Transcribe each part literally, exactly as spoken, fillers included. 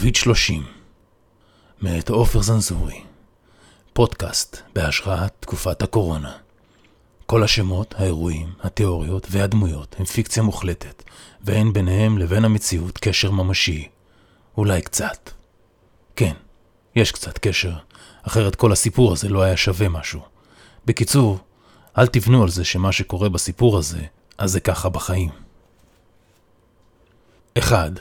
קוביד שלושים מאת עופר זנזורי, פודקאסט בהשראת תקופת הקורונה. כל השמות, האירועים, התיאוריות והדמויות הם פיקציה מוחלטת, ואין ביניהם לבין המציאות קשר ממשי. אולי קצת. כן, יש קצת קשר, אחרת כל הסיפור הזה לא היה שווה משהו. בקיצור, אל תבנו על זה שמה שקורה בסיפור הזה, אז זה ככה בחיים. אחד.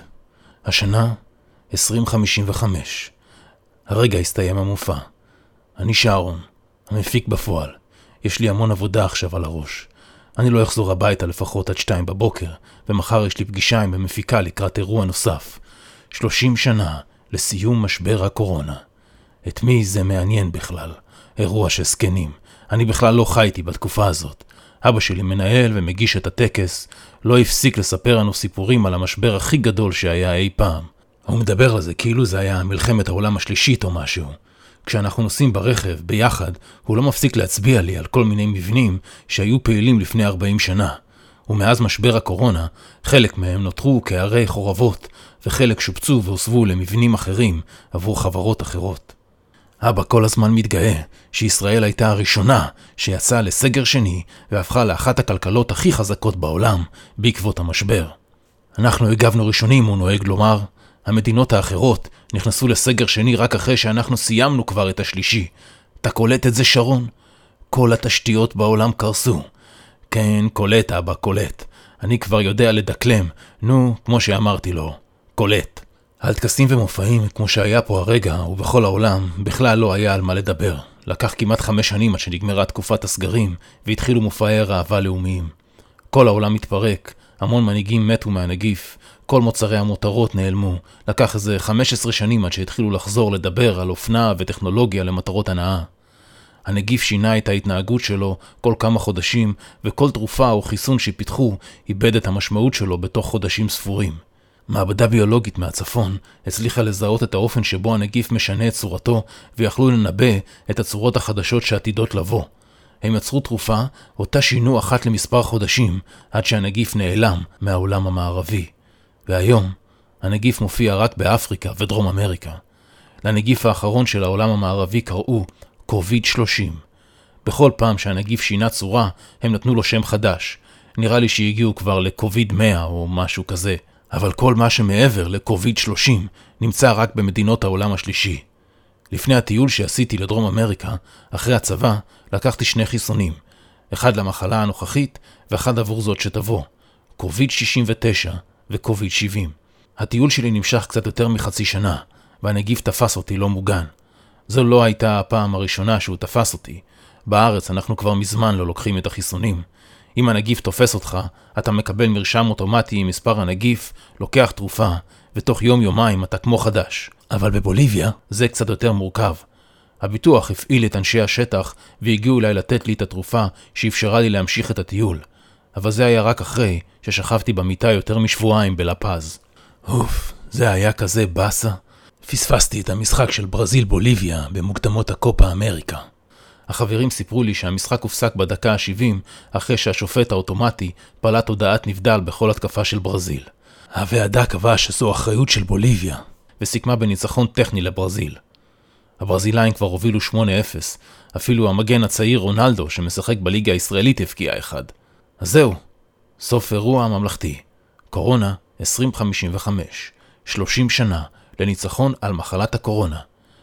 השנה עשרים חמישים וחמש. הרגע הסתיים המופע. אני שרון, המפיק בפועל. יש לי המון עבודה עכשיו על הראש. אני לא אחזור הביתה לפחות עד שתיים בבוקר, ומחר יש לי פגישה עם המפיקה לקראת אירוע נוסף. שלושים שנה לסיום משבר הקורונה. את מי זה מעניין בכלל? אירוע של סקנים. אני בכלל לא חייתי בתקופה הזאת. אבא שלי מנהל ומגיש את הטקס, לא הפסיק לספר לנו סיפורים על המשבר הכי גדול שהיה אי פעם. הוא מדבר על זה כאילו זה היה מלחמת העולם השלישית או משהו. כשאנחנו נוסעים ברכב ביחד, הוא לא מפסיק להצביע לי על כל מיני מבנים שהיו פעילים לפני ארבעים שנה. ומאז משבר הקורונה, חלק מהם נותרו כערי חורבות, וחלק שופצו והוסבו למבנים אחרים עבור חברות אחרות. אבא כל הזמן מתגאה שישראל הייתה הראשונה שיצאה לסגר שני והפכה לאחת הכלכלות הכי חזקות בעולם בעקבות המשבר. אנחנו הגבנו ראשונים, הוא נוהג לומר. המדינות האחרות נכנסו לסגר שני רק אחרי שאנחנו סיימנו כבר את השלישי. אתה קולט את זה, שרון? כל התשתיות בעולם קרסו. כן, קולט אבא, קולט. אני כבר יודע לדקלם. נו, כמו שאמרתי לו, קולט. על טקסים ומופעים, כמו שהיה פה הרגע ובכל העולם, בכלל לא היה על מה לדבר. לקח כמעט חמש שנים עד שנגמרה תקופת הסגרים, והתחילו מופעי ראווה לאומיים. כל העולם התפרק, המון מנהיגים מתו מהנגיף, כל מוצרי המותרות נעלמו. לקח איזה חמש עשרה שנים עד שהתחילו לחזור לדבר על אופנה וטכנולוגיה למטרות הנאה. הנגיף שינה את ההתנהגות שלו כל כמה חודשים, וכל תרופה או חיסון שפיתחו איבד את המשמעות שלו בתוך חודשים ספורים. מעבדה ביולוגית מהצפון הצליחה לזהות את האופן שבו הנגיף משנה את צורתו, ויכלו לנבא את הצורות החדשות שעתידות לבוא. הם יצרו תרופה, אותה שינו אחת למספר חודשים, עד שהנגיף נעלם מהעולם המערבי. והיום, הנגיף מופיע רק באפריקה ודרום אמריקה. לנגיף האחרון של העולם המערבי קראו קוביד שלושים. בכל פעם שהנגיף שינה צורה, הם נתנו לו שם חדש. נראה לי שהגיעו כבר לקוביד מאה או משהו כזה. אבל כל מה שמעבר לקוביד שלושים נמצא רק במדינות העולם השלישי. לפני הטיול שעשיתי לדרום אמריקה, אחרי הצבא, לקחתי שני חיסונים. אחד למחלה הנוכחית ואחד עבור זאת שתבוא. קוביד שישים ותשע וקוביד שבעים. הטיול שלי נמשך קצת יותר מחצי שנה, והנגיף תפס אותי לא מוגן. זו לא הייתה הפעם הראשונה שהוא תפס אותי. בארץ אנחנו כבר מזמן לא לוקחים את החיסונים. אם הנגיף תופס אותך, אתה מקבל מרשם אוטומטי עם מספר הנגיף, לוקח תרופה, ותוך יום יומיים אתה כמו חדש. אבל בבוליביה זה קצת יותר מורכב. הביטוח הפעיל את אנשי השטח והגיעו אליי לתת לי את התרופה שאפשרה לי להמשיך את הטיול. אבל זה היה רק אחרי ששכבתי במיטה יותר משבועיים בלפז. אוף, זה היה כזה בסה. פספסתי את המשחק של ברזיל בוליביה במוקדמות הקופה אמריקה. החברים סיפרו לי שהמשחק הופסק בדקה ה-שבעים אחרי שהשופט האוטומטי פלט הודעת נבדל בכל התקפה של ברזיל. הוועדה קבעה שזו אחריות של בוליביה, וסיכמה בניצחון טכני לברזיל. הברזילאים כבר הובילו שמונה אפס, אפילו המגן הצעיר רונלדו שמשחק בליגה הישראלית הפקיע אחד. אז זהו, סוף אירוע ממלכתי. קורונה עשרים חמישים וחמש, שלושים שנה לניצחון על מחלת הקורונה.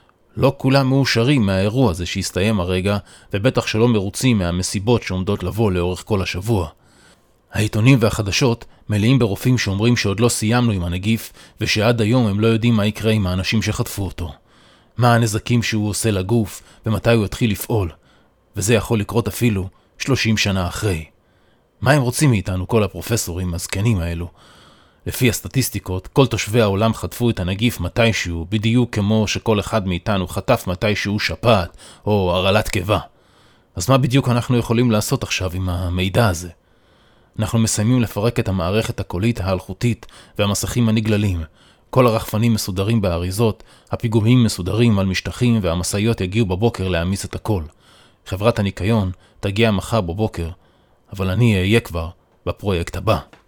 לא כולם מאושרים מהאירוע הזה שהסתיים הרגע, ובטח שלא מרוצים מהמסיבות שעומדות לבוא לאורך כל השבוע. העיתונים והחדשות מלאים ברופאים שאומרים שעוד לא סיימנו עם הנגיף, ושעד היום הם לא יודעים מה יקרה עם האנשים שחטפו אותו. מה הנזקים שהוא עושה לגוף, ומתי הוא יתחיל לפעול. וזה יכול לקרות אפילו שלושים שנה אחרי. מה הם רוצים מאיתנו, כל הפרופסורים הזקנים האלו? לפי הסטטיסטיקות, כל תושבי העולם חטפו את הנגיף מתישהו, בדיוק כמו שכל אחד מאיתנו חטף מתישהו שפעת או הרעלת קיבה. אז מה בדיוק אנחנו יכולים לעשות עכשיו עם המידע הזה? אנחנו מסיימים לפרק את המערכת הקולית האלחוטית והמסכים הנגללים. כל הרחפנים מסודרים באריזות, הפיגומים מסודרים על משטחים, והמסעיות יגיעו בבוקר להעמיס את הכל. חברת הניקיון תגיע מחר בבוקר, אבל אני אהיה כבר בפרויקט הבא.